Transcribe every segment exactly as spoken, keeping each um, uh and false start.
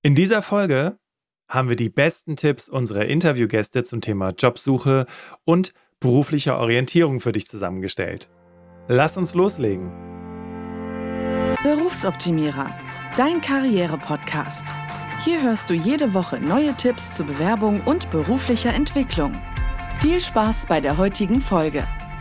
In dieser Folge haben wir die besten Tipps unserer Interviewgäste zum Thema Jobsuche und beruflicher Orientierung für dich zusammengestellt. Lass uns loslegen. Berufsoptimierer, dein Karriere-Podcast. Hier hörst du jede Woche neue Tipps zur Bewerbung und beruflicher Entwicklung. Viel Spaß bei der heutigen Folge.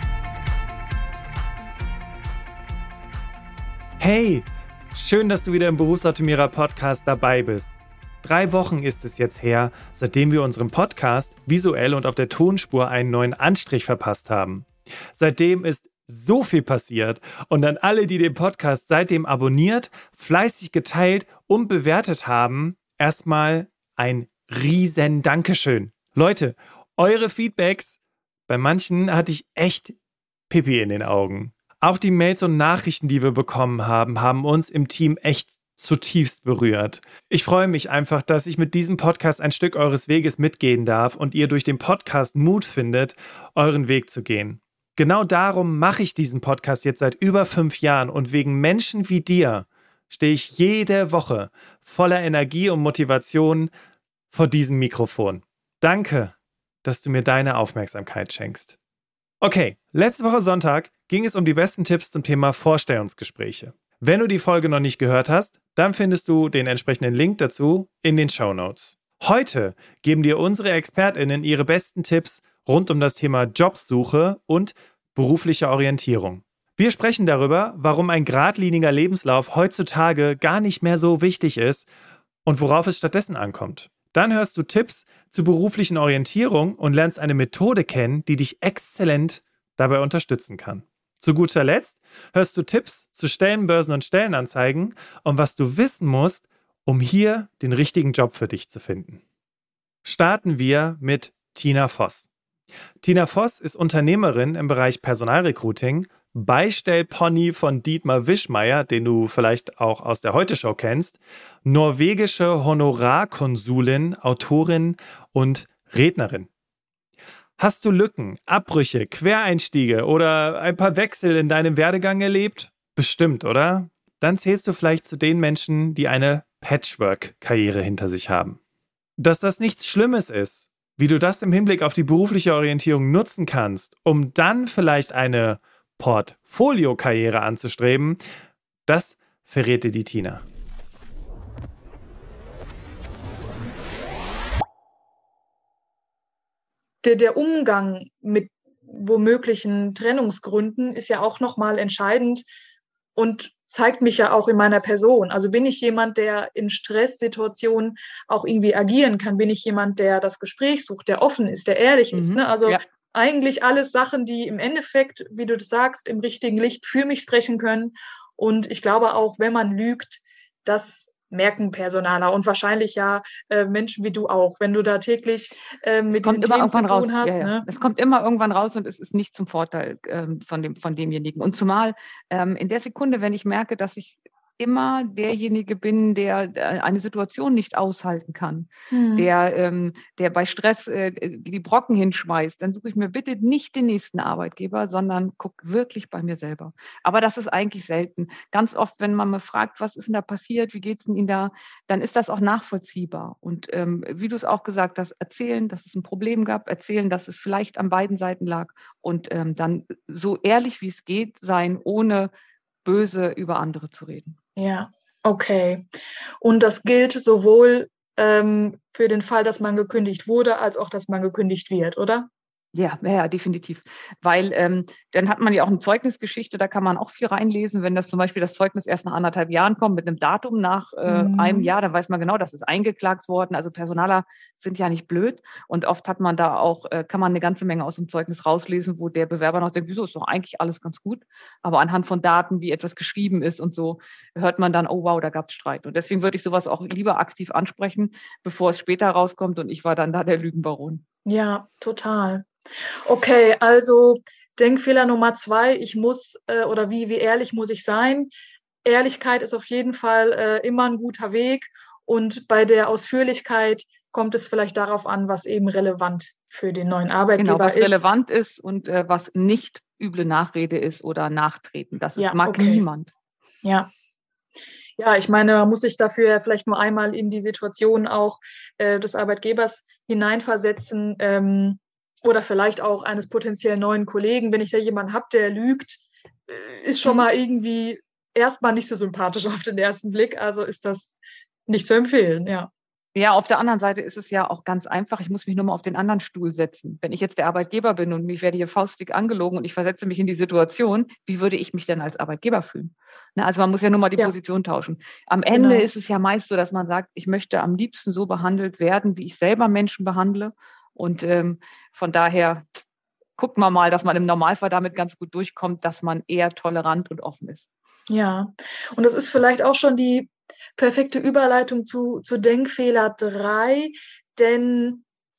Hey, schön, dass du wieder im Berufsoptimierer Podcast dabei bist. Drei Wochen ist es jetzt her, seitdem wir unserem Podcast visuell und auf der Tonspur einen neuen Anstrich verpasst haben. Seitdem ist so viel passiert und an alle, die den Podcast seitdem abonniert, fleißig geteilt und bewertet haben, erstmal ein riesen Dankeschön. Leute, eure Feedbacks, bei manchen hatte ich echt Pipi in den Augen. Auch die Mails und Nachrichten, die wir bekommen haben, haben uns im Team echt zutiefst berührt. Ich freue mich einfach, dass ich mit diesem Podcast ein Stück eures Weges mitgehen darf und ihr durch den Podcast Mut findet, euren Weg zu gehen. Genau darum mache ich diesen Podcast jetzt seit über fünf Jahren und wegen Menschen wie dir stehe ich jede Woche voller Energie und Motivation vor diesem Mikrofon. Danke, dass du mir deine Aufmerksamkeit schenkst. Okay, letzte Woche Sonntag ging es um die besten Tipps zum Thema Vorstellungsgespräche. Wenn du die Folge noch nicht gehört hast, dann findest du den entsprechenden Link dazu in den Shownotes. Heute geben dir unsere ExpertInnen ihre besten Tipps rund um das Thema Jobsuche und berufliche Orientierung. Wir sprechen darüber, warum ein geradliniger Lebenslauf heutzutage gar nicht mehr so wichtig ist und worauf es stattdessen ankommt. Dann hörst du Tipps zur beruflichen Orientierung und lernst eine Methode kennen, die dich exzellent dabei unterstützen kann. Zu guter Letzt hörst du Tipps zu Stellenbörsen und Stellenanzeigen und was du wissen musst, um hier den richtigen Job für dich zu finden. Starten wir mit Tina Voss. Tina Voss ist Unternehmerin im Bereich Personalrecruiting, Beistellpony von Dietmar Wischmeier, den du vielleicht auch aus der Heute-Show kennst, norwegische Honorarkonsulin, Autorin und Rednerin. Hast du Lücken, Abbrüche, Quereinstiege oder ein paar Wechsel in deinem Werdegang erlebt? Bestimmt, oder? Dann zählst du vielleicht zu den Menschen, die eine Patchwork-Karriere hinter sich haben. Dass das nichts Schlimmes ist, wie du das im Hinblick auf die berufliche Orientierung nutzen kannst, um dann vielleicht eine Portfolio-Karriere anzustreben, das verrät dir die Tina. Der, der Umgang mit womöglichen Trennungsgründen ist ja auch nochmal entscheidend und zeigt mich ja auch in meiner Person. Also bin ich jemand, der in Stresssituationen auch irgendwie agieren kann? Bin ich jemand, der das Gespräch sucht, der offen ist, der ehrlich mhm, ist? Ne? Also ja. Eigentlich alles Sachen, die im Endeffekt, wie du das sagst, im richtigen Licht für mich sprechen können. Und ich glaube auch, wenn man lügt, das merken Personaler und wahrscheinlich ja äh, Menschen wie du auch, wenn du da täglich äh, mit diesen Themen zu tun raus. hast. Ja, ja. Ne? Es kommt immer irgendwann raus und es ist nicht zum Vorteil ähm, von, dem, von demjenigen. Und zumal ähm, in der Sekunde, wenn ich merke, dass ich immer derjenige bin, der eine Situation nicht aushalten kann, mhm. der, ähm, der bei Stress äh, die Brocken hinschmeißt, dann suche ich mir bitte nicht den nächsten Arbeitgeber, sondern gucke wirklich bei mir selber. Aber das ist eigentlich selten. Ganz oft, wenn man mal fragt, was ist denn da passiert, wie geht es denn Ihnen da, dann ist das auch nachvollziehbar. Und ähm, wie du es auch gesagt hast, erzählen, dass es ein Problem gab, erzählen, dass es vielleicht an beiden Seiten lag und ähm, dann so ehrlich wie es geht sein, ohne böse über andere zu reden. Ja, okay. Und das gilt sowohl ähm, für den Fall, dass man gekündigt wurde, als auch, dass man gekündigt wird, oder? Ja, ja, ja, definitiv. Weil ähm, dann hat man ja auch eine Zeugnisgeschichte, da kann man auch viel reinlesen. Wenn das zum Beispiel das Zeugnis erst nach anderthalb Jahren kommt, mit einem Datum nach äh, mhm. einem Jahr, dann weiß man genau, das ist eingeklagt worden. Also Personaler sind ja nicht blöd. Und oft hat man da auch, äh, kann man eine ganze Menge aus dem Zeugnis rauslesen, wo der Bewerber noch denkt, wieso ist doch eigentlich alles ganz gut. Aber anhand von Daten, wie etwas geschrieben ist und so, hört man dann, oh wow, da gab es Streit. Und deswegen würde ich sowas auch lieber aktiv ansprechen, bevor es später rauskommt und ich war dann da der Lügenbaron. Ja, total. Okay, also Denkfehler Nummer zwei, ich muss äh, oder wie, wie ehrlich muss ich sein? Ehrlichkeit ist auf jeden Fall äh, immer ein guter Weg und bei der Ausführlichkeit kommt es vielleicht darauf an, was eben relevant für den neuen Arbeitgeber genau, was ist. relevant ist und äh, was nicht üble Nachrede ist oder Nachtreten. Das ist, ja, mag okay. niemand. Ja. Ja, ich meine, man muss sich dafür ja vielleicht nur einmal in die Situation auch äh, des Arbeitgebers hineinversetzen ähm, oder vielleicht auch eines potenziell neuen Kollegen. Wenn ich da jemanden habe, der lügt, äh, ist schon Mhm. mal irgendwie erstmal nicht so sympathisch auf den ersten Blick. Also ist das nicht zu empfehlen, ja. Ja, auf der anderen Seite ist es ja auch ganz einfach. Ich muss mich nur mal auf den anderen Stuhl setzen. Wenn ich jetzt der Arbeitgeber bin und mich werde hier faustdick angelogen und ich versetze mich in die Situation, wie würde ich mich denn als Arbeitgeber fühlen? Ne, also man muss ja nur mal die Ja, Position tauschen. Am Ende genau. ist es ja meist so, dass man sagt, ich möchte am liebsten so behandelt werden, wie ich selber Menschen behandle. Und ähm, von daher gucken wir mal, dass man im Normalfall damit ganz gut durchkommt, dass man eher tolerant und offen ist. Ja, und das ist vielleicht auch schon die perfekte Überleitung zu, zu Denkfehler drei, denn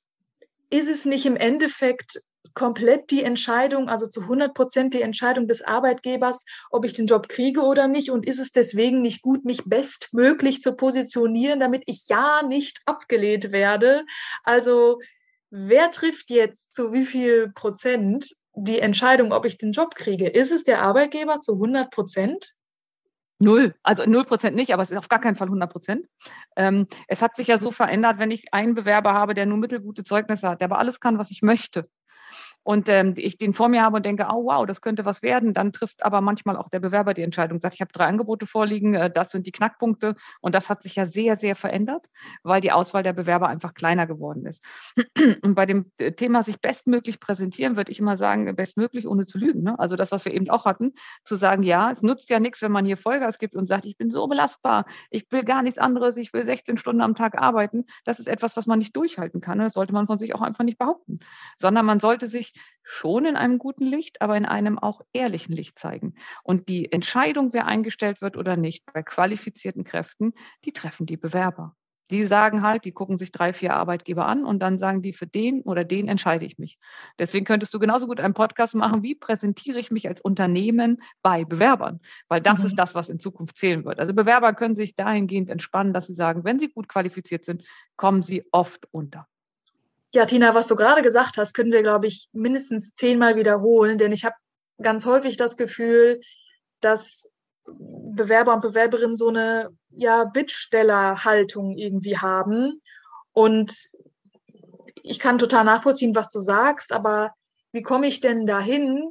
ist es nicht im Endeffekt komplett die Entscheidung, also zu hundert Prozent die Entscheidung des Arbeitgebers, ob ich den Job kriege oder nicht? Und ist es deswegen nicht gut, mich bestmöglich zu positionieren, damit ich ja nicht abgelehnt werde? Also wer trifft jetzt zu wie viel Prozent die Entscheidung, ob ich den Job kriege? Ist es der Arbeitgeber zu hundert Prozent? Null, also null Prozent nicht, aber es ist auf gar keinen Fall hundert Prozent. Ähm, es hat sich ja so verändert, wenn ich einen Bewerber habe, der nur mittelgute Zeugnisse hat, der aber alles kann, was ich möchte, und ähm, ich den vor mir habe und denke, oh wow, das könnte was werden, dann trifft aber manchmal auch der Bewerber die Entscheidung, sagt, ich habe drei Angebote vorliegen, äh, das sind die Knackpunkte, und das hat sich ja sehr, sehr verändert, weil die Auswahl der Bewerber einfach kleiner geworden ist. Und bei dem Thema sich bestmöglich präsentieren, würde ich immer sagen, bestmöglich, ohne zu lügen. Ne? Also das, was wir eben auch hatten, zu sagen, ja, es nutzt ja nichts, wenn man hier Vollgas gibt und sagt, ich bin so belastbar, ich will gar nichts anderes, ich will sechzehn Stunden am Tag arbeiten. Das ist etwas, was man nicht durchhalten kann. Ne? Das sollte man von sich auch einfach nicht behaupten, sondern man sollte sich schon in einem guten Licht, aber in einem auch ehrlichen Licht zeigen. Und die Entscheidung, wer eingestellt wird oder nicht, bei qualifizierten Kräften, die treffen die Bewerber. Die sagen halt, die gucken sich drei, vier Arbeitgeber an und dann sagen die, für den oder den entscheide ich mich. Deswegen könntest du genauso gut einen Podcast machen, wie präsentiere ich mich als Unternehmen bei Bewerbern, weil das ist Mhm. das, was in Zukunft zählen wird. Also Bewerber können sich dahingehend entspannen, dass sie sagen, wenn sie gut qualifiziert sind, kommen sie oft unter. Ja, Tina, was du gerade gesagt hast, können wir, glaube ich, mindestens zehnmal wiederholen, denn ich habe ganz häufig das Gefühl, dass Bewerber und Bewerberinnen so eine ja, Bittstellerhaltung irgendwie haben. Und ich kann total nachvollziehen, was du sagst, aber wie komme ich denn dahin,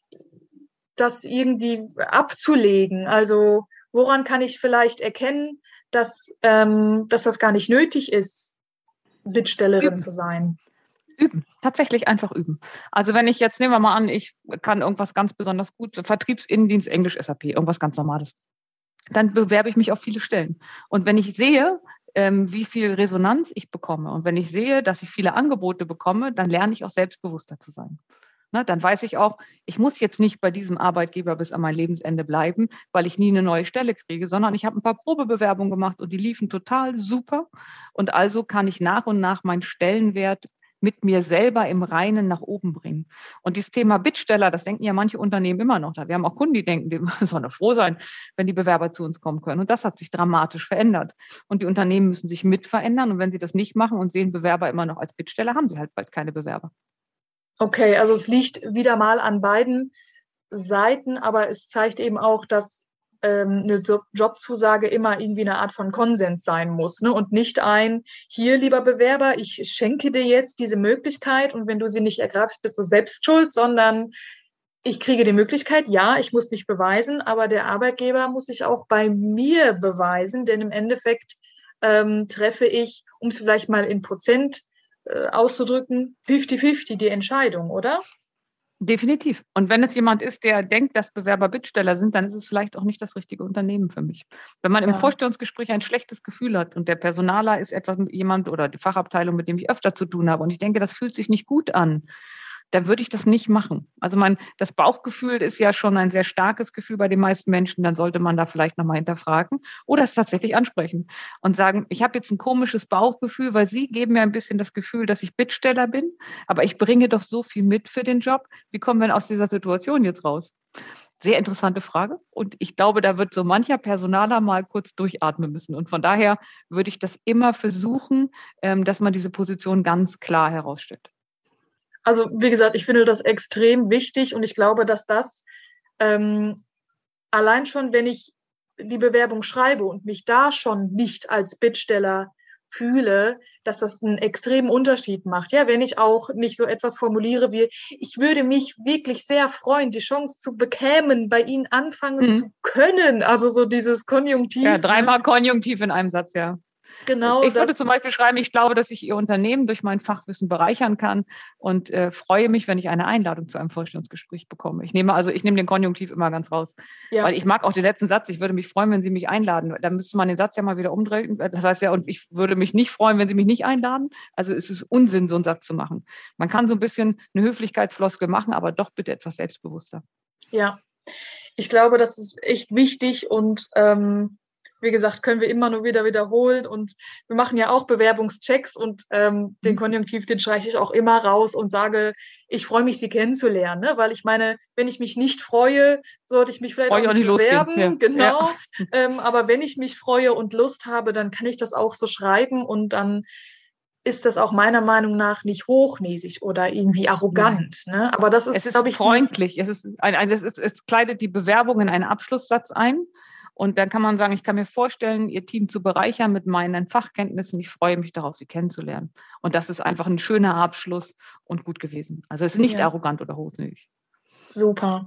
das irgendwie abzulegen? Also woran kann ich vielleicht erkennen, dass, ähm, dass das gar nicht nötig ist, Bittstellerin Üben. zu sein? Üben, tatsächlich einfach üben. Also wenn ich jetzt, nehmen wir mal an, ich kann irgendwas ganz besonders gut, Vertriebsinnendienst, Englisch, S A P, irgendwas ganz Normales, dann bewerbe ich mich auf viele Stellen. Und wenn ich sehe, ähm, wie viel Resonanz ich bekomme und wenn ich sehe, dass ich viele Angebote bekomme, dann lerne ich auch selbstbewusster zu sein. Ne, dann weiß ich auch, ich muss jetzt nicht bei diesem Arbeitgeber bis an mein Lebensende bleiben, weil ich nie eine neue Stelle kriege, sondern ich habe ein paar Probebewerbungen gemacht und die liefen total super. Und also kann ich nach und nach meinen Stellenwert mit mir selber im Reinen nach oben bringen. Und dieses Thema Bittsteller, das denken ja manche Unternehmen immer noch. Wir haben auch Kunden, die denken, die sollen doch froh sein, wenn die Bewerber zu uns kommen können. Und das hat sich dramatisch verändert. Und die Unternehmen müssen sich mit verändern. Und wenn sie das nicht machen und sehen Bewerber immer noch als Bittsteller, haben sie halt bald keine Bewerber. Okay, also es liegt wieder mal an beiden Seiten, aber es zeigt eben auch, dass ähm, eine Job Jobzusage immer irgendwie eine Art von Konsens sein muss, ne? Und nicht ein, hier, lieber Bewerber, ich schenke dir jetzt diese Möglichkeit und wenn du sie nicht ergreifst, bist du selbst schuld, sondern ich kriege die Möglichkeit, ja, ich muss mich beweisen, aber der Arbeitgeber muss sich auch bei mir beweisen, denn im Endeffekt ähm, treffe ich, um es vielleicht mal in Prozent äh, auszudrücken, fünfzig fünfzig die Entscheidung, oder? Definitiv. Und wenn es jemand ist, der denkt, dass Bewerber Bittsteller sind, dann ist es vielleicht auch nicht das richtige Unternehmen für mich. Wenn man im Ja. Vorstellungsgespräch ein schlechtes Gefühl hat und der Personaler ist etwas mit jemand oder die Fachabteilung, mit dem ich öfter zu tun habe und ich denke, das fühlt sich nicht gut an, dann würde ich das nicht machen. Also mein, das Bauchgefühl ist ja schon ein sehr starkes Gefühl bei den meisten Menschen. Dann sollte man da vielleicht nochmal hinterfragen oder es tatsächlich ansprechen und sagen, ich habe jetzt ein komisches Bauchgefühl, weil Sie geben mir ein bisschen das Gefühl, dass ich Bittsteller bin, aber ich bringe doch so viel mit für den Job. Wie kommen wir denn aus dieser Situation jetzt raus? Sehr interessante Frage. Und ich glaube, da wird so mancher Personaler mal kurz durchatmen müssen. Und von daher würde ich das immer versuchen, dass man diese Position ganz klar herausstellt. Also wie gesagt, ich finde das extrem wichtig und ich glaube, dass das ähm, allein schon, wenn ich die Bewerbung schreibe und mich da schon nicht als Bittsteller fühle, dass das einen extremen Unterschied macht. Ja, wenn ich auch nicht so etwas formuliere wie, ich würde mich wirklich sehr freuen, die Chance zu bekämen, bei Ihnen anfangen mhm. zu können. Also so dieses Konjunktiv. Ja, dreimal ne? Konjunktiv in einem Satz, ja. Genau. Ich würde zum Beispiel schreiben, ich glaube, dass ich Ihr Unternehmen durch mein Fachwissen bereichern kann und äh, freue mich, wenn ich eine Einladung zu einem Vorstellungsgespräch bekomme. Ich nehme also, ich nehme den Konjunktiv immer ganz raus. Ja. Weil ich mag auch den letzten Satz, ich würde mich freuen, wenn Sie mich einladen. Da müsste man den Satz ja mal wieder umdrehen. Das heißt ja, und ich würde mich nicht freuen, wenn Sie mich nicht einladen. Also es ist Unsinn, so einen Satz zu machen. Man kann so ein bisschen eine Höflichkeitsfloskel machen, aber doch bitte etwas selbstbewusster. Ja, ich glaube, das ist echt wichtig und ähm wie gesagt, können wir immer nur wieder wiederholen und wir machen ja auch Bewerbungschecks und ähm, den Konjunktiv, den streiche ich auch immer raus und sage, ich freue mich, Sie kennenzulernen, ne? Weil ich meine, wenn ich mich nicht freue, sollte ich mich vielleicht auch nicht bewerben, ja. genau, ja. Ähm, aber wenn ich mich freue und Lust habe, dann kann ich das auch so schreiben und dann ist das auch meiner Meinung nach nicht hochnäsig oder irgendwie arrogant. Ne? Aber das ist, es ist glaube ich, freundlich. Die, es, ist ein, ein, es, ist, es kleidet die Bewerbung in einen Abschlusssatz ein. Und dann kann man sagen, ich kann mir vorstellen, Ihr Team zu bereichern mit meinen Fachkenntnissen. Ich freue mich darauf, Sie kennenzulernen. Und das ist einfach ein schöner Abschluss und gut gewesen. Also es ist nicht ja. arrogant oder hochnäsig. Super.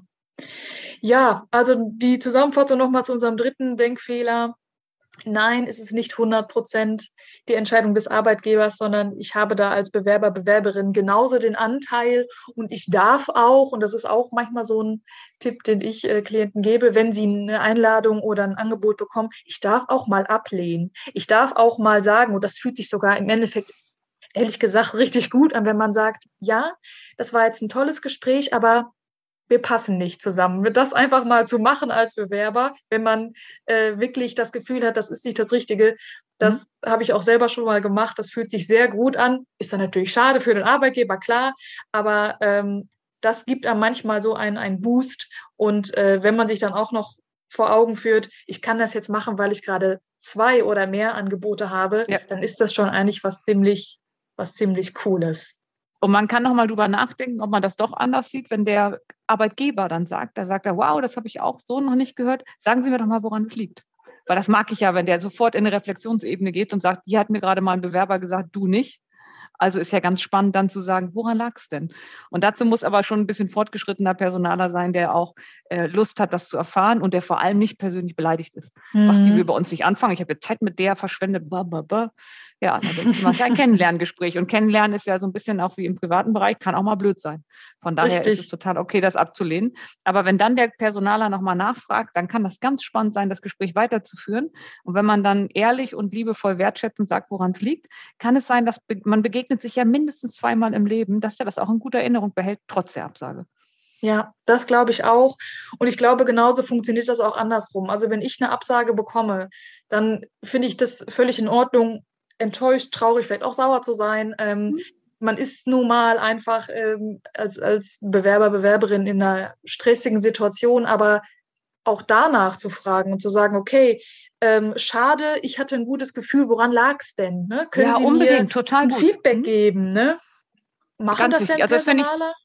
Ja, also die Zusammenfassung nochmal zu unserem dritten Denkfehler. Nein, es ist nicht hundert Prozent die Entscheidung des Arbeitgebers, sondern ich habe da als Bewerber, Bewerberin genauso den Anteil und ich darf auch, und das ist auch manchmal so ein Tipp, den ich äh, Klienten gebe, wenn sie eine Einladung oder ein Angebot bekommen, ich darf auch mal ablehnen. Ich darf auch mal sagen, und das fühlt sich sogar im Endeffekt ehrlich gesagt richtig gut an, wenn man sagt, ja, das war jetzt ein tolles Gespräch, aber wir passen nicht zusammen. Das einfach mal zu machen als Bewerber, wenn man äh, wirklich das Gefühl hat, das ist nicht das Richtige, das mhm. habe ich auch selber schon mal gemacht. Das fühlt sich sehr gut an. Ist dann natürlich schade für den Arbeitgeber, klar, aber ähm, das gibt einem manchmal so einen, einen Boost. Und äh, wenn man sich dann auch noch vor Augen führt, ich kann das jetzt machen, weil ich gerade zwei oder mehr Angebote habe, ja. dann ist das schon eigentlich was ziemlich, was ziemlich Cooles. Und man kann nochmal drüber nachdenken, ob man das doch anders sieht, wenn der Arbeitgeber dann sagt, da sagt er, wow, das habe ich auch so noch nicht gehört. Sagen Sie mir doch mal, woran es liegt. Weil das mag ich ja, wenn der sofort in eine Reflexionsebene geht und sagt, hier hat mir gerade mal ein Bewerber gesagt, du nicht. Also ist ja ganz spannend dann zu sagen, woran lag es denn? Und dazu muss aber schon ein bisschen fortgeschrittener Personaler sein, der auch äh, Lust hat, das zu erfahren und der vor allem nicht persönlich beleidigt ist. Mhm. Was die will bei uns nicht anfangen. Ich habe jetzt Zeit mit der verschwendet. Bah, bah, bah. Ja, das ist ja ein Kennenlerngespräch. Und Kennenlernen ist ja so ein bisschen auch wie im privaten Bereich, kann auch mal blöd sein. Von daher Richtig. Ist es total okay, das abzulehnen. Aber wenn dann der Personaler nochmal nachfragt, dann kann das ganz spannend sein, das Gespräch weiterzuführen. Und wenn man dann ehrlich und liebevoll wertschätzend sagt, woran es liegt, kann es sein, dass man begegnet sich ja mindestens zweimal im Leben, dass der das auch in guter Erinnerung behält, trotz der Absage. Ja, das glaube ich auch. Und ich glaube, genauso funktioniert das auch andersrum. Also wenn ich eine Absage bekomme, dann finde ich das völlig in Ordnung, enttäuscht, traurig, vielleicht auch sauer zu sein. Ähm, mhm. Man ist nun mal einfach ähm, als, als Bewerber, Bewerberin in einer stressigen Situation, aber auch danach zu fragen und zu sagen, okay, ähm, schade, ich hatte ein gutes Gefühl, woran lag es denn? Ne? Können ja, Sie unbedingt, mir total ein gut. Feedback mhm. geben? Ne? Machen Ganz das wichtig. denn Also das Personaler?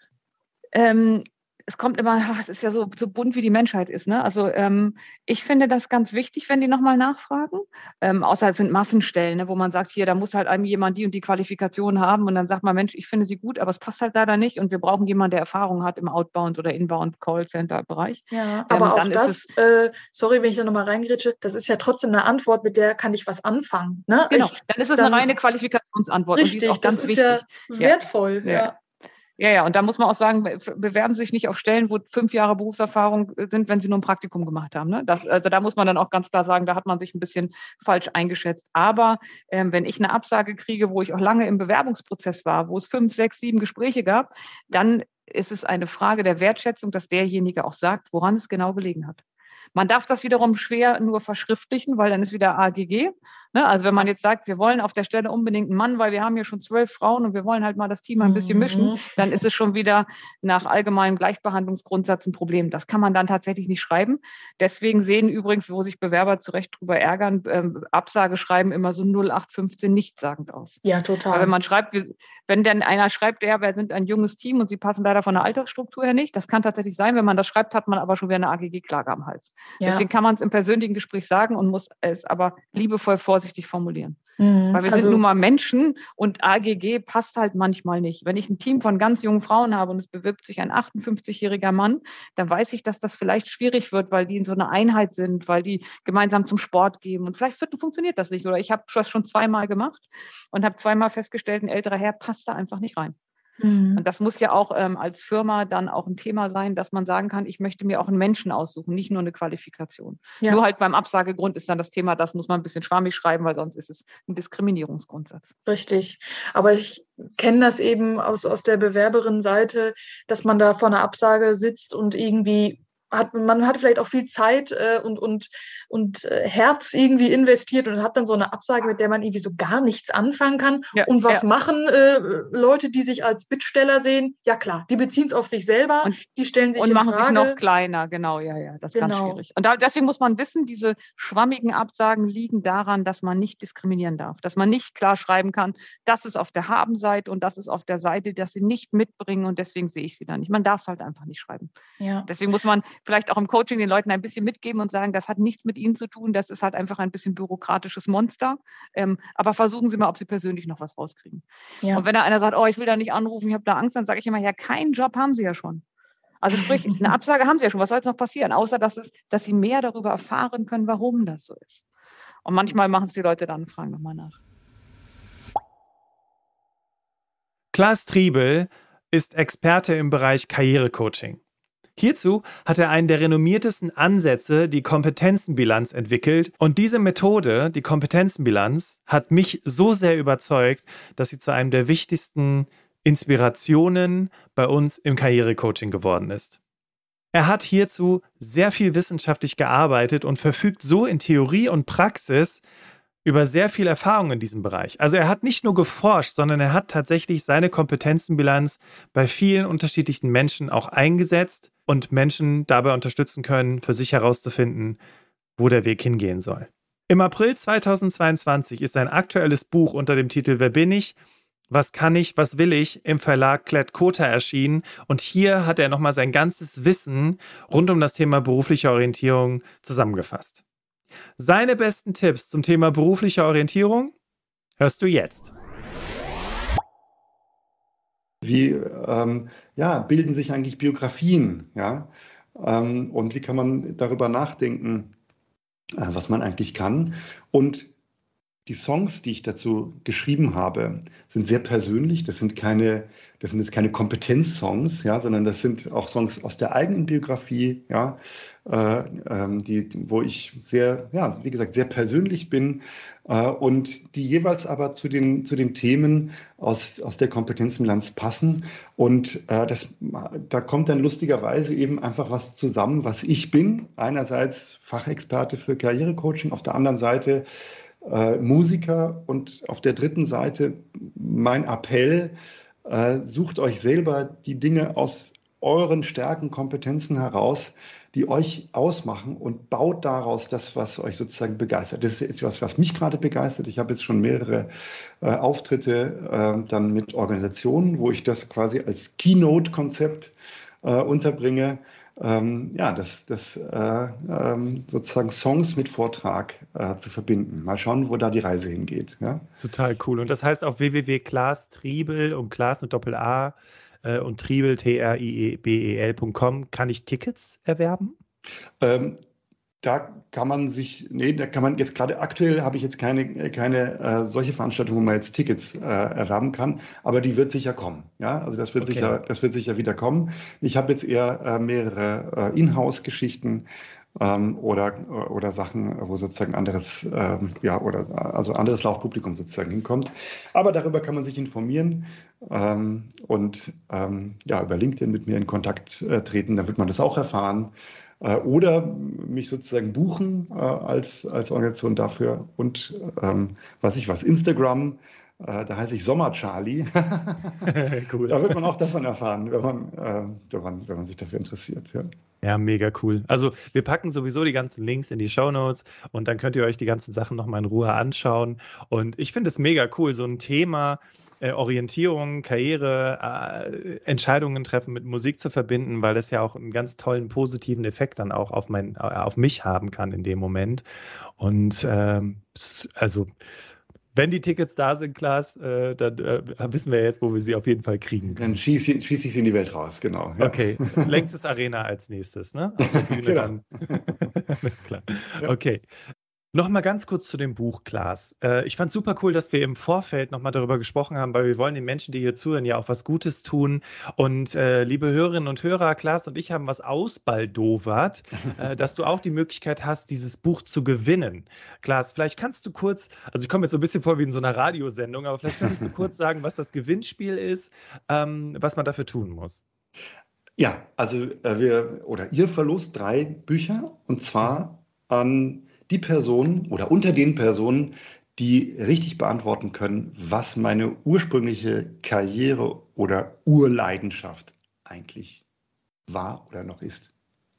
Ich, ähm, es kommt immer, es ist ja so, so bunt, wie die Menschheit ist. Ne? Also ähm, ich finde das ganz wichtig, wenn die nochmal nachfragen. Ähm, außer es sind Massenstellen, ne, wo man sagt, hier, da muss halt einem jemand die und die Qualifikation haben und dann sagt man, Mensch, ich finde sie gut, aber es passt halt leider nicht und wir brauchen jemanden, der Erfahrung hat im Outbound- oder Inbound-Callcenter-Bereich. Ja, aber ähm, auch das, äh, sorry, wenn ich da nochmal reingrätsche, das ist ja trotzdem eine Antwort, mit der kann ich was anfangen. Ne? Genau, ich, dann ist es dann, eine reine Qualifikationsantwort. Richtig, und die ist auch ganz das ist wichtig. ja wertvoll. Ja. ja. ja. Ja, ja, und da muss man auch sagen, bewerben Sie sich nicht auf Stellen, wo fünf Jahre Berufserfahrung sind, wenn Sie nur ein Praktikum gemacht haben. Ne? Das, also da muss man dann auch ganz klar sagen, da hat man sich ein bisschen falsch eingeschätzt. Aber ähm, wenn ich eine Absage kriege, wo ich auch lange im Bewerbungsprozess war, wo es fünf, sechs, sieben Gespräche gab, dann ist es eine Frage der Wertschätzung, dass derjenige auch sagt, woran es genau gelegen hat. Man darf das wiederum schwer nur verschriftlichen, weil dann ist wieder A G G. Ne? Also wenn man jetzt sagt, wir wollen auf der Stelle unbedingt einen Mann, weil wir haben hier schon zwölf Frauen und wir wollen halt mal das Team ein bisschen mischen, dann ist es schon wieder nach allgemeinem Gleichbehandlungsgrundsatz ein Problem. Das kann man dann tatsächlich nicht schreiben. Deswegen sehen übrigens, wo sich Bewerber zu Recht drüber ärgern, ähm, Absageschreiben immer so null acht fünfzehn nichtssagend aus. Ja, total. Weil wenn man schreibt, wenn denn einer schreibt, ja, wir sind ein junges Team und sie passen leider von der Altersstruktur her nicht, das kann tatsächlich sein. Wenn man das schreibt, hat man aber schon wieder eine A G G-Klage am Hals. Ja. Deswegen kann man es im persönlichen Gespräch sagen und muss es aber liebevoll vorsichtig formulieren. Mhm. Weil wir Also, sind nun mal Menschen und A G G passt halt manchmal nicht. Wenn ich ein Team von ganz jungen Frauen habe und es bewirbt sich ein achtundfünfzigjähriger Mann, dann weiß ich, dass das vielleicht schwierig wird, weil die in so einer Einheit sind, weil die gemeinsam zum Sport gehen. Und vielleicht wird, funktioniert das nicht. Oder ich habe das schon zweimal gemacht und habe zweimal festgestellt, ein älterer Herr passt da einfach nicht rein. mhm. Und das muss ja auch ähm, als Firma dann auch ein Thema sein, dass man sagen kann, ich möchte mir auch einen Menschen aussuchen, nicht nur eine Qualifikation. Ja. Nur halt beim Absagegrund ist dann das Thema, das muss man ein bisschen schwammig schreiben, weil sonst ist es ein Diskriminierungsgrundsatz. Richtig. Aber ich kenne das eben aus, aus der Bewerberin-Seite, dass man da vor einer Absage sitzt und irgendwie hat, man hat vielleicht auch viel Zeit äh, und, und, und äh, Herz irgendwie investiert und hat dann so eine Absage, mit der man irgendwie so gar nichts anfangen kann. Ja, und was ja. machen äh, Leute, die sich als Bittsteller sehen? Ja klar, die beziehen es auf sich selber, Und- die stellen sich Und in machen Frage. sich noch kleiner, genau, ja, ja, das ist ganz Genau. schwierig. Und da, deswegen muss man wissen, diese schwammigen Absagen liegen daran, dass man nicht diskriminieren darf, dass man nicht klar schreiben kann, das ist auf der Haben-Seite und das ist auf der Seite, dass sie nicht mitbringen und deswegen sehe ich sie da nicht. Man darf es halt einfach nicht schreiben. Ja. Deswegen muss man vielleicht auch im Coaching den Leuten ein bisschen mitgeben und sagen, das hat nichts mit ihnen zu tun, das ist halt einfach ein bisschen bürokratisches Monster. Ähm, aber versuchen Sie mal, ob Sie persönlich noch was rauskriegen. Ja. Und wenn da einer sagt, oh, ich will da nicht anrufen, ich habe da Angst, dann sage ich immer, ja, keinen Job haben Sie ja schon. Also sprich, eine Absage haben Sie ja schon, was soll jetzt noch passieren? Außer, dass, es, dass Sie mehr darüber erfahren können, warum das so ist. Und manchmal machen es die Leute dann und fragen nochmal nach. Klaas Triebel ist Experte im Bereich Karrierecoaching. Hierzu hat er einen der renommiertesten Ansätze, die Kompetenzenbilanz, entwickelt. Und diese Methode, die Kompetenzenbilanz, hat mich so sehr überzeugt, dass sie zu einem der wichtigsten Inspirationen bei uns im Karrierecoaching geworden ist. Er hat hierzu sehr viel wissenschaftlich gearbeitet und verfügt so in Theorie und Praxis über sehr viel Erfahrung in diesem Bereich. Also er hat nicht nur geforscht, sondern er hat tatsächlich seine Kompetenzenbilanz bei vielen unterschiedlichen Menschen auch eingesetzt und Menschen dabei unterstützen können, für sich herauszufinden, wo der Weg hingehen soll. Im April zweitausendzweiundzwanzig ist sein aktuelles Buch unter dem Titel Wer bin ich? Was kann ich? Was will ich? Im Verlag Klett-Cotta erschienen. Und hier hat er nochmal sein ganzes Wissen rund um das Thema berufliche Orientierung zusammengefasst. Seine besten Tipps zum Thema berufliche Orientierung hörst du jetzt. Wie ähm, ja, bilden sich eigentlich Biografien? Ja? Ähm, und wie kann man darüber nachdenken, äh, was man eigentlich kann? Und die Songs, die ich dazu geschrieben habe, sind sehr persönlich. Das sind keine, das sind jetzt keine Kompetenzsongs, ja, sondern das sind auch Songs aus der eigenen Biografie, ja, äh, ähm, die, wo ich sehr, ja, wie gesagt, sehr persönlich bin äh, und die jeweils aber zu den, zu den Themen aus, aus der Kompetenzbilanz passen. Und äh, das, da kommt dann lustigerweise eben einfach was zusammen, was ich bin. Einerseits Fachexperte für Karrierecoaching, auf der anderen Seite Äh, Musiker und auf der dritten Seite mein Appell, äh, sucht euch selber die Dinge aus euren Stärken, Kompetenzen heraus, die euch ausmachen und baut daraus das, was euch sozusagen begeistert. Das ist was, was mich gerade begeistert. Ich habe jetzt schon mehrere äh, Auftritte äh, dann mit Organisationen, wo ich das quasi als Keynote-Konzept äh, unterbringe. Ähm, ja, das, das äh, ähm, sozusagen Songs mit Vortrag äh, zu verbinden. Mal schauen, wo da die Reise hingeht. Ja? Total cool. Und das heißt auf w w w punkt klaas triebel und Klaas mit Doppel-A äh, und Triebel, T R I E B E L Punkt com kann ich Tickets erwerben? Ähm, Da kann man sich, nee, da kann man jetzt gerade aktuell habe ich jetzt keine, keine äh, solche Veranstaltung, wo man jetzt Tickets äh, erwerben kann, aber die wird sicher kommen. Ja, also das wird Okay. sicher, das wird sicher wieder kommen. Ich habe jetzt eher äh, mehrere äh, Inhouse-Geschichten ähm, oder, oder Sachen, wo sozusagen anderes, ähm, ja, oder also anderes Laufpublikum sozusagen hinkommt. Aber darüber kann man sich informieren ähm, und ähm, ja, über LinkedIn mit mir in Kontakt äh, treten, da wird man das auch erfahren. Oder mich sozusagen buchen äh, als, als Organisation dafür und ähm, was ich was, Instagram, äh, da heiße ich Sommer-Charlie. Cool. Da wird man auch davon erfahren, wenn man, äh, wenn man, wenn man sich dafür interessiert. Ja. Ja, mega cool. Also wir packen sowieso die ganzen Links in die Shownotes und dann könnt ihr euch die ganzen Sachen nochmal in Ruhe anschauen. Und ich finde es mega cool, so ein Thema äh, Orientierung, Karriere, äh, Entscheidungen treffen mit Musik zu verbinden, weil das ja auch einen ganz tollen positiven Effekt dann auch auf, mein, auf mich haben kann in dem Moment. Und ähm, also wenn die Tickets da sind, Klaas, äh, dann äh, wissen wir jetzt, wo wir sie auf jeden Fall kriegen können. Dann schieße schieß ich sie in die Welt raus, genau. Ja. Okay, längstes Arena als nächstes, ne? Auf der Bühne Genau. dann. Alles klar. Ja. Okay. Nochmal ganz kurz zu dem Buch, Klaas. Äh, ich fand super cool, dass wir im Vorfeld nochmal darüber gesprochen haben, weil wir wollen den Menschen, die hier zuhören, ja auch was Gutes tun. Und äh, liebe Hörerinnen und Hörer, Klaas und ich haben was ausbaldowert, äh, dass du auch die Möglichkeit hast, dieses Buch zu gewinnen. Klaas, vielleicht kannst du kurz, also ich komme jetzt so ein bisschen vor wie in so einer Radiosendung, aber vielleicht könntest du kurz sagen, was das Gewinnspiel ist, ähm, was man dafür tun muss. Ja, also äh, wir oder ihr verlost drei Bücher und zwar an die Personen oder unter den Personen, die richtig beantworten können, was meine ursprüngliche Karriere oder Urleidenschaft eigentlich war oder noch ist.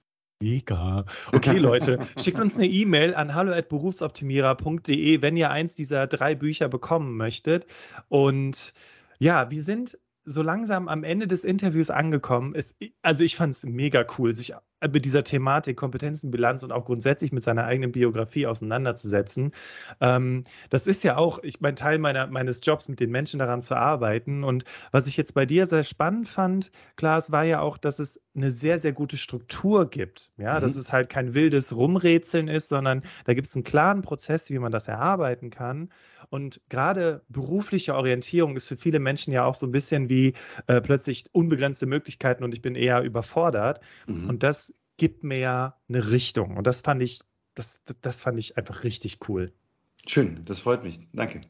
Mega. Okay, Leute, schickt uns eine E-Mail an hallo at berufsoptimierer punkt de, wenn ihr eins dieser drei Bücher bekommen möchtet. Und ja, wir sind so langsam am Ende des Interviews angekommen. Es, also ich fand es mega cool, sich mit dieser Thematik Kompetenzenbilanz und auch grundsätzlich mit seiner eigenen Biografie auseinanderzusetzen. Ähm, das ist ja auch ich mein Teil meiner, meines Jobs, mit den Menschen daran zu arbeiten. Und was ich jetzt bei dir sehr spannend fand, Klaas, war ja auch, dass es eine sehr, sehr gute Struktur gibt. Ja, Mhm. dass es halt kein wildes Rumrätseln ist, sondern da gibt es einen klaren Prozess, wie man das erarbeiten kann. Und gerade berufliche Orientierung ist für viele Menschen ja auch so ein bisschen wie äh, plötzlich unbegrenzte Möglichkeiten und ich bin eher überfordert. Mhm. Und das gibt mir ja eine Richtung. Und das fand ich, das, das, das fand ich einfach richtig cool. Schön, das freut mich. Danke.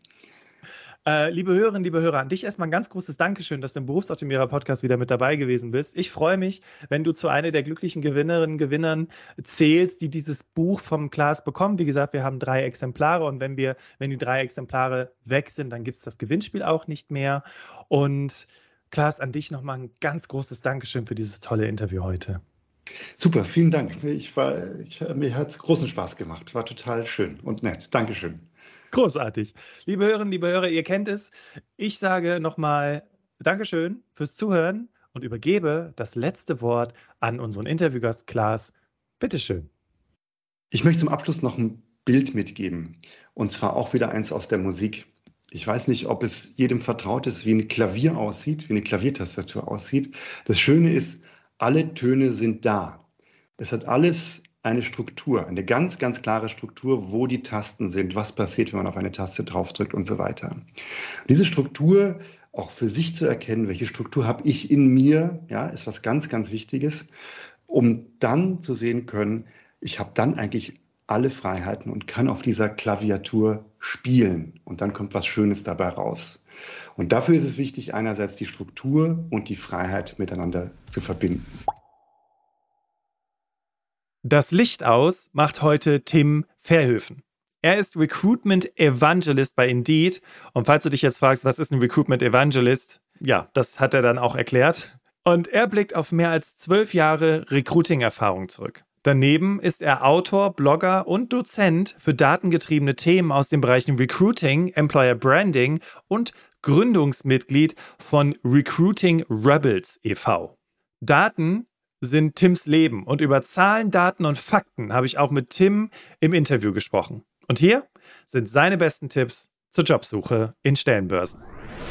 Äh, liebe Hörerinnen, liebe Hörer, an dich erstmal ein ganz großes Dankeschön, dass du im Berufsoptimierer-Podcast wieder mit dabei gewesen bist. Ich freue mich, wenn du zu einer der glücklichen Gewinnerinnen, Gewinnern zählst, die dieses Buch vom Klaas bekommen. Wie gesagt, wir haben drei Exemplare und wenn wir, wenn die drei Exemplare weg sind, dann gibt es das Gewinnspiel auch nicht mehr. Und Klaas, an dich nochmal ein ganz großes Dankeschön für dieses tolle Interview heute. Super, vielen Dank. Ich war, ich, mir hat es großen Spaß gemacht. War total schön und nett. Dankeschön. Großartig. Liebe Hörerinnen, liebe Hörer, ihr kennt es. Ich sage nochmal Dankeschön fürs Zuhören und übergebe das letzte Wort an unseren Interviewgast Klaas. Bitteschön. Ich möchte zum Abschluss noch ein Bild mitgeben. Und zwar auch wieder eins aus der Musik. Ich weiß nicht, ob es jedem vertraut ist, wie ein Klavier aussieht, wie eine Klaviertastatur aussieht. Das Schöne ist, alle Töne sind da. Es hat alles eine Struktur, eine ganz, ganz klare Struktur, wo die Tasten sind, was passiert, wenn man auf eine Taste draufdrückt und so weiter. Diese Struktur auch für sich zu erkennen, welche Struktur habe ich in mir, ja, ist was ganz, ganz Wichtiges, um dann zu sehen können, ich habe dann eigentlich alle Freiheiten und kann auf dieser Klaviatur spielen. Und dann kommt was Schönes dabei raus. Und dafür ist es wichtig, einerseits die Struktur und die Freiheit miteinander zu verbinden. Das Licht aus macht heute Tim Verhöfen. Er ist Recruitment Evangelist bei Indeed. Und falls du dich jetzt fragst, was ist ein Recruitment Evangelist? Ja, das hat er dann auch erklärt. Und er blickt auf mehr als zwölf Jahre Recruiting-Erfahrung zurück. Daneben ist er Autor, Blogger und Dozent für datengetriebene Themen aus den Bereichen Recruiting, Employer Branding und Gründungsmitglied von Recruiting Rebels e V Daten sind Tims Leben und über Zahlen, Daten und Fakten habe ich auch mit Tim im Interview gesprochen. Und hier sind seine besten Tipps zur Jobsuche in Stellenbörsen.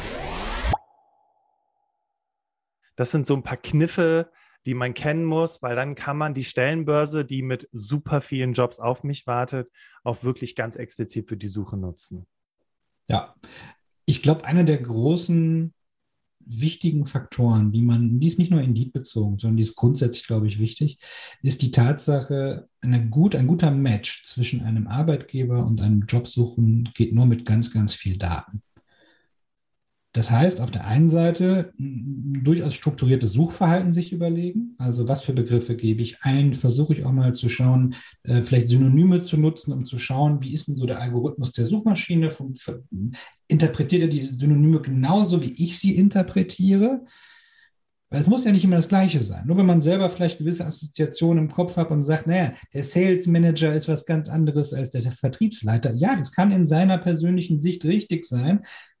Das sind so ein paar Kniffe, die man kennen muss, weil dann kann man die Stellenbörse, die mit super vielen Jobs auf mich wartet, auch wirklich ganz explizit für die Suche nutzen. Ja, ich glaube, einer der großen wichtigen Faktoren, die man, die ist nicht nur Indeed bezogen, sondern die ist grundsätzlich, glaube ich, wichtig, ist die Tatsache, eine gut, ein guter Match zwischen einem Arbeitgeber und einem Jobsuchen geht nur mit ganz, ganz viel Daten. Das heißt, auf der einen Seite m, durchaus strukturiertes Suchverhalten sich überlegen, also was für Begriffe gebe ich ein, versuche ich auch mal zu schauen, äh, vielleicht Synonyme zu nutzen, um zu schauen, wie ist denn so der Algorithmus der Suchmaschine, von, von, interpretiert er die Synonyme genauso, wie ich sie interpretiere? Weil es muss ja nicht immer das Gleiche sein. Nur wenn man selber vielleicht gewisse Assoziationen im Kopf hat und sagt, naja, der Sales Manager ist was ganz anderes als der Vertriebsleiter. Ja, das kann in seiner persönlichen Sicht richtig sein.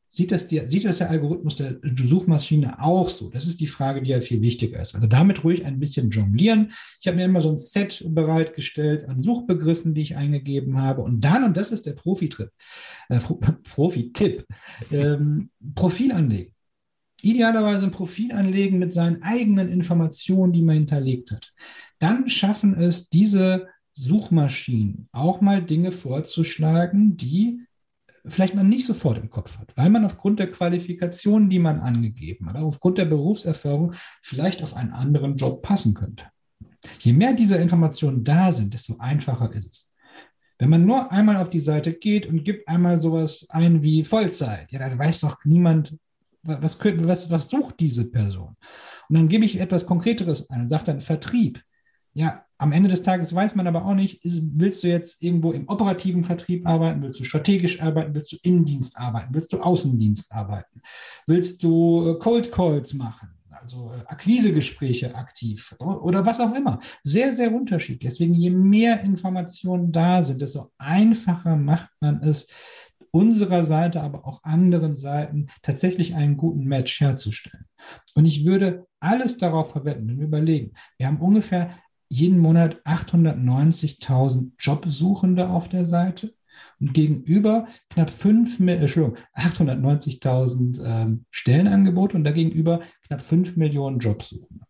Sieht das, der, sieht das der Algorithmus der Suchmaschine auch so? Das ist die Frage, die ja viel wichtiger ist. Also damit ruhig ein bisschen jonglieren. Ich habe mir immer so ein Set bereitgestellt an Suchbegriffen, die ich eingegeben habe. Und dann, und das ist der Profi-Trip, äh, Profi-Tipp, ähm, Profil anlegen. Idealerweise ein Profil anlegen mit seinen eigenen Informationen, die man hinterlegt hat. Dann schaffen es diese Suchmaschinen auch mal Dinge vorzuschlagen, die vielleicht man nicht sofort im Kopf hat, weil man aufgrund der Qualifikationen, die man angegeben hat, aufgrund der Berufserfahrung vielleicht auf einen anderen Job passen könnte. Je mehr diese Informationen da sind, desto einfacher ist es. Wenn man nur einmal auf die Seite geht und gibt einmal sowas ein wie Vollzeit, ja, dann weiß doch niemand, was, was, was sucht diese Person. Und dann gebe ich etwas Konkreteres ein und sage dann Vertrieb. Ja, am Ende des Tages weiß man aber auch nicht, ist, willst du jetzt irgendwo im operativen Vertrieb arbeiten, willst du strategisch arbeiten, willst du Innendienst arbeiten, willst du Außendienst arbeiten, willst du äh, Cold Calls machen, also äh, Akquisegespräche aktiv oder was auch immer. Sehr, sehr unterschiedlich. Deswegen, je mehr Informationen da sind, desto einfacher macht man es, unserer Seite, aber auch anderen Seiten tatsächlich einen guten Match herzustellen. Und ich würde alles darauf verwenden, wenn wir überlegen, wir haben ungefähr jeden Monat achthundertneunzigtausend Jobsuchende auf der Seite und gegenüber knapp fünf, Entschuldigung, achthundertneunzigtausend ähm, Stellenangebote und dagegenüber knapp fünf Millionen Jobsuchende.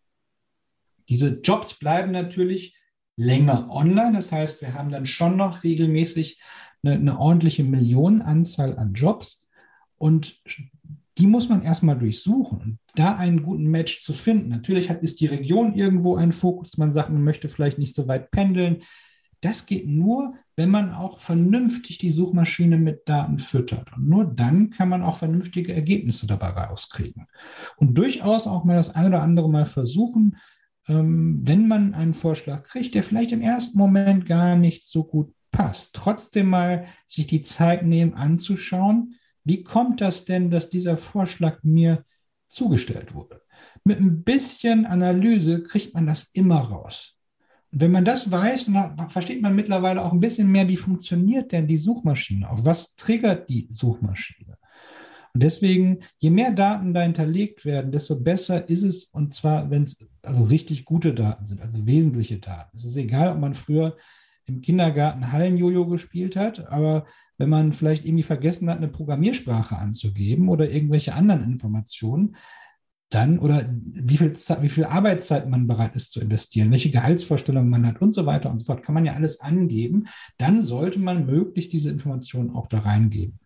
Diese Jobs bleiben natürlich länger online, das heißt, wir haben dann schon noch regelmäßig eine, eine ordentliche Millionenanzahl an Jobs und die muss man erstmal durchsuchen und da einen guten Match zu finden. Natürlich hat, ist die Region irgendwo ein Fokus. Man sagt, man möchte vielleicht nicht so weit pendeln. Das geht nur, wenn man auch vernünftig die Suchmaschine mit Daten füttert. Und nur dann kann man auch vernünftige Ergebnisse dabei rauskriegen. Und durchaus auch mal das eine oder andere Mal versuchen, ähm, wenn man einen Vorschlag kriegt, der vielleicht im ersten Moment gar nicht so gut passt, trotzdem mal sich die Zeit nehmen, anzuschauen, wie kommt das denn, dass dieser Vorschlag mir zugestellt wurde? Mit ein bisschen Analyse kriegt man das immer raus. Und wenn man das weiß, dann versteht man mittlerweile auch ein bisschen mehr, wie funktioniert denn die Suchmaschine? Auch was triggert die Suchmaschine? Und deswegen, je mehr Daten da hinterlegt werden, desto besser ist es. Und zwar, wenn es also richtig gute Daten sind, also wesentliche Daten. Es ist egal, ob man früher im Kindergarten Hallenjojo gespielt hat, aber wenn man vielleicht irgendwie vergessen hat, eine Programmiersprache anzugeben oder irgendwelche anderen Informationen, dann oder wie viel, wie viel Arbeitszeit man bereit ist zu investieren, welche Gehaltsvorstellungen man hat und so weiter und so fort, kann man ja alles angeben. Dann sollte man möglichst diese Informationen auch da reingeben.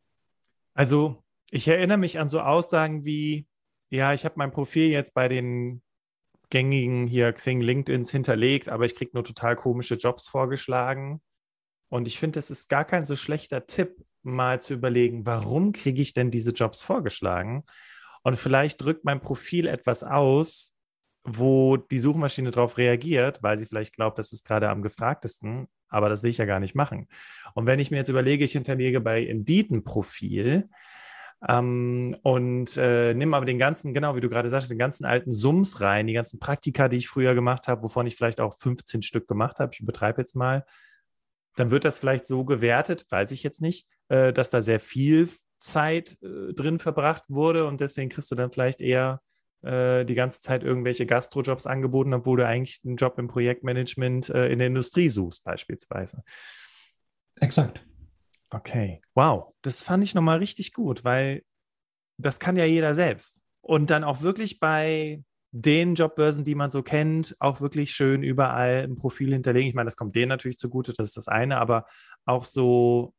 Also ich erinnere mich an so Aussagen wie, ja, ich habe mein Profil jetzt bei den gängigen hier Xing, LinkedIns hinterlegt, aber ich kriege nur total komische Jobs vorgeschlagen. Und ich finde, das ist gar kein so schlechter Tipp, mal zu überlegen, warum kriege ich denn diese Jobs vorgeschlagen? Und vielleicht drückt mein Profil etwas aus, wo die Suchmaschine darauf reagiert, weil sie vielleicht glaubt, das ist gerade am gefragtesten, aber das will ich ja gar nicht machen. Und wenn ich mir jetzt überlege, ich hinterlege bei Indeed ein Profil ähm, und äh, nehme aber den ganzen, genau wie du gerade sagst, den ganzen alten Sums rein, die ganzen Praktika, die ich früher gemacht habe, wovon ich vielleicht auch fünfzehn Stück gemacht habe, ich übertreibe jetzt mal, dann wird das vielleicht so gewertet, weiß ich jetzt nicht, äh, dass da sehr viel Zeit äh, drin verbracht wurde und deswegen kriegst du dann vielleicht eher äh, die ganze Zeit irgendwelche Gastrojobs angeboten, obwohl du eigentlich einen Job im Projektmanagement äh, in der Industrie suchst beispielsweise. Exakt. Okay, wow, das fand ich nochmal richtig gut, weil das kann ja jeder selbst. Und dann auch wirklich bei den Jobbörsen, die man so kennt, auch wirklich schön überall ein Profil hinterlegen. Ich meine, das kommt denen natürlich zugute, das ist das eine, aber auch so,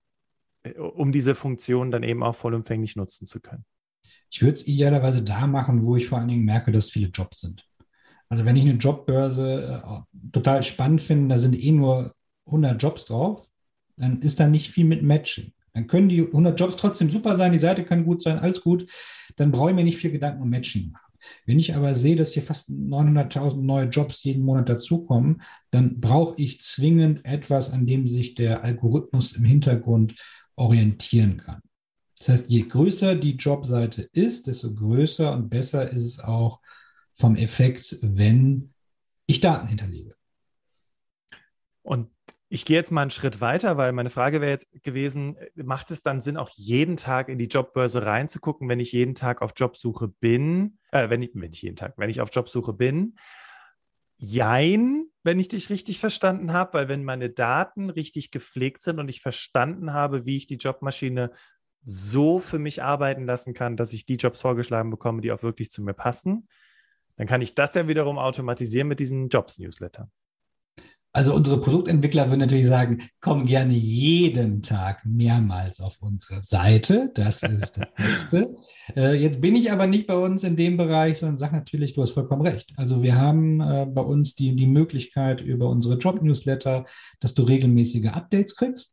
um diese Funktion dann eben auch vollumfänglich nutzen zu können. Ich würde es idealerweise da machen, wo ich vor allen Dingen merke, dass viele Jobs sind. Also wenn ich eine Jobbörse äh, total spannend finde, da sind eh nur hundert Jobs drauf, dann ist da nicht viel mit Matching. Dann können die hundert Jobs trotzdem super sein, die Seite kann gut sein, alles gut. Dann brauche ich mir nicht viel Gedanken um Matching machen. Wenn ich aber sehe, dass hier fast neunhunderttausend neue Jobs jeden Monat dazukommen, dann brauche ich zwingend etwas, an dem sich der Algorithmus im Hintergrund orientieren kann. Das heißt, je größer die Jobseite ist, desto größer und besser ist es auch vom Effekt, wenn ich Daten hinterlege. Und Ich gehe jetzt mal einen Schritt weiter, weil meine Frage wäre jetzt gewesen, macht es dann Sinn, auch jeden Tag in die Jobbörse reinzugucken, wenn ich jeden Tag auf Jobsuche bin? Äh, wenn ich, wenn ich jeden Tag, wenn ich auf Jobsuche bin? Jein, wenn ich dich richtig verstanden habe, weil wenn meine Daten richtig gepflegt sind und ich verstanden habe, wie ich die Jobmaschine so für mich arbeiten lassen kann, dass ich die Jobs vorgeschlagen bekomme, die auch wirklich zu mir passen, dann kann ich das ja wiederum automatisieren mit diesem Jobs-Newsletter. Also unsere Produktentwickler würden natürlich sagen, komm gerne jeden Tag mehrmals auf unsere Seite. Das ist das Beste. Äh, jetzt bin ich aber nicht bei uns in dem Bereich, sondern sage natürlich, du hast vollkommen recht. Also wir haben äh, bei uns die, die Möglichkeit über unsere Job-Newsletter, dass du regelmäßige Updates kriegst.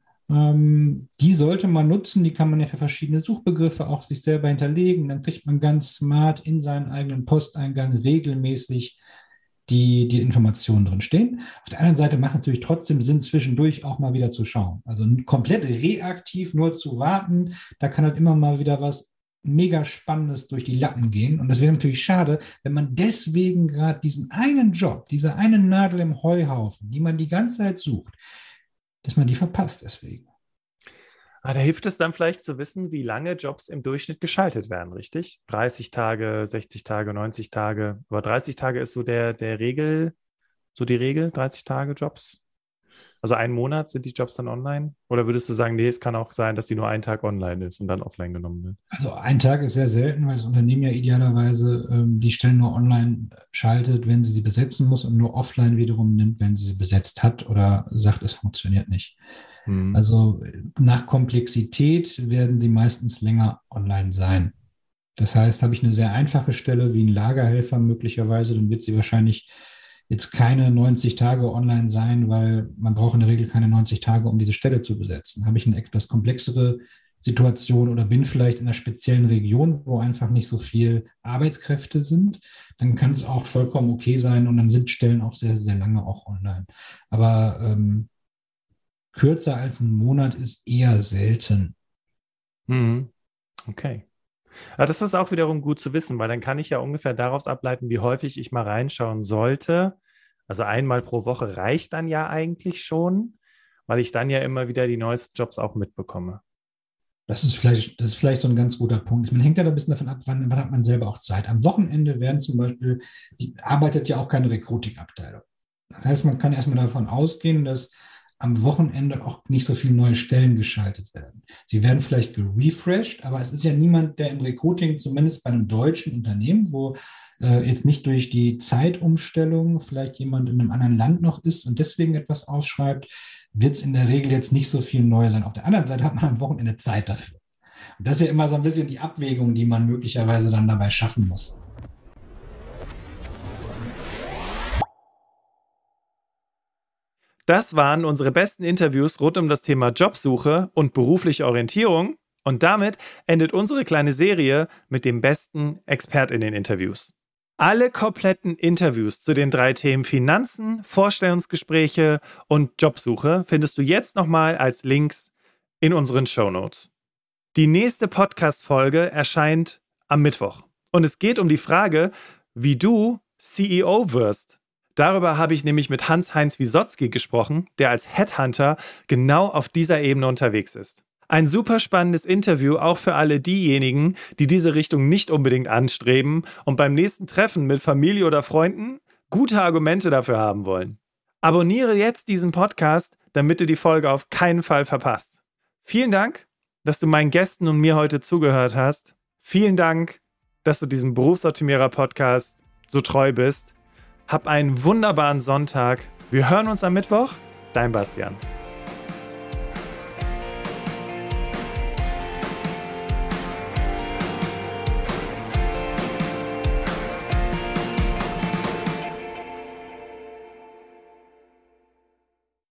Ähm, die sollte man nutzen. Die kann man ja für verschiedene Suchbegriffe auch sich selber hinterlegen. Dann kriegt man ganz smart in seinen eigenen Posteingang regelmäßig die, die Informationen drin stehen. Auf der anderen Seite macht es natürlich trotzdem Sinn, zwischendurch auch mal wieder zu schauen. Also komplett reaktiv nur zu warten, da kann halt immer mal wieder was mega Spannendes durch die Lappen gehen. Und das wäre natürlich schade, wenn man deswegen gerade diesen einen Job, diese eine Nadel im Heuhaufen, die man die ganze Zeit sucht, dass man die verpasst deswegen. Ah, da hilft es dann vielleicht zu wissen, wie lange Jobs im Durchschnitt geschaltet werden, richtig? dreißig Tage, sechzig Tage, neunzig Tage. Aber dreißig Tage ist so der, der Regel, so die Regel, dreißig Tage Jobs. Also einen Monat sind die Jobs dann online? Oder würdest du sagen, nee, es kann auch sein, dass die nur einen Tag online ist und dann offline genommen wird? Also ein Tag ist sehr selten, weil das Unternehmen ja idealerweise ähm, die Stellen nur online schaltet, wenn sie sie besetzen muss und nur offline wiederum nimmt, wenn sie sie besetzt hat oder sagt, es funktioniert nicht. Hm. Also nach Komplexität werden sie meistens länger online sein. Das heißt, habe ich eine sehr einfache Stelle wie ein Lagerhelfer möglicherweise, dann wird sie wahrscheinlich jetzt keine neunzig Tage online sein, weil man braucht in der Regel keine neunzig Tage, um diese Stelle zu besetzen. Habe ich eine etwas komplexere Situation oder bin vielleicht in einer speziellen Region, wo einfach nicht so viel Arbeitskräfte sind, dann kann es auch vollkommen okay sein und dann sind Stellen auch sehr, sehr lange auch online. Aber ähm, kürzer als ein Monat ist eher selten. Mhm. Okay. Aber das ist auch wiederum gut zu wissen, weil dann kann ich ja ungefähr daraus ableiten, wie häufig ich mal reinschauen sollte. Also einmal pro Woche reicht dann ja eigentlich schon, weil ich dann ja immer wieder die neuesten Jobs auch mitbekomme. Das ist vielleicht, das ist vielleicht so ein ganz guter Punkt. Man hängt ja da ein bisschen davon ab, wann, wann hat man selber auch Zeit. Am Wochenende werden zum Beispiel, die arbeitet ja auch keine Recruiting-Abteilung. Das heißt, man kann erstmal davon ausgehen, dass am Wochenende auch nicht so viele neue Stellen geschaltet werden. Sie werden vielleicht gerefreshed, aber es ist ja niemand, der im Recruiting, zumindest bei einem deutschen Unternehmen, wo äh, jetzt nicht durch die Zeitumstellung vielleicht jemand in einem anderen Land noch ist und deswegen etwas ausschreibt, wird es in der Regel jetzt nicht so viel neu sein. Auf der anderen Seite hat man am Wochenende Zeit dafür. Und das ist ja immer so ein bisschen die Abwägung, die man möglicherweise dann dabei schaffen muss. Das waren unsere besten Interviews rund um das Thema Jobsuche und berufliche Orientierung. Und damit endet unsere kleine Serie mit den besten ExpertInnen-Interviews. Alle kompletten Interviews zu den drei Themen Finanzen, Vorstellungsgespräche und Jobsuche findest du jetzt nochmal als Links in unseren Shownotes. Die nächste Podcast-Folge erscheint am Mittwoch. Und es geht um die Frage, wie du C E O wirst. Darüber habe ich nämlich mit Hans-Heinz Wisotzki gesprochen, der als Headhunter genau auf dieser Ebene unterwegs ist. Ein super spannendes Interview auch für alle diejenigen, die diese Richtung nicht unbedingt anstreben und beim nächsten Treffen mit Familie oder Freunden gute Argumente dafür haben wollen. Abonniere jetzt diesen Podcast, damit du die Folge auf keinen Fall verpasst. Vielen Dank, dass du meinen Gästen und mir heute zugehört hast. Vielen Dank, dass du diesem Berufsoptimierer-Podcast so treu bist. Hab einen wunderbaren Sonntag. Wir hören uns am Mittwoch. Dein Bastian.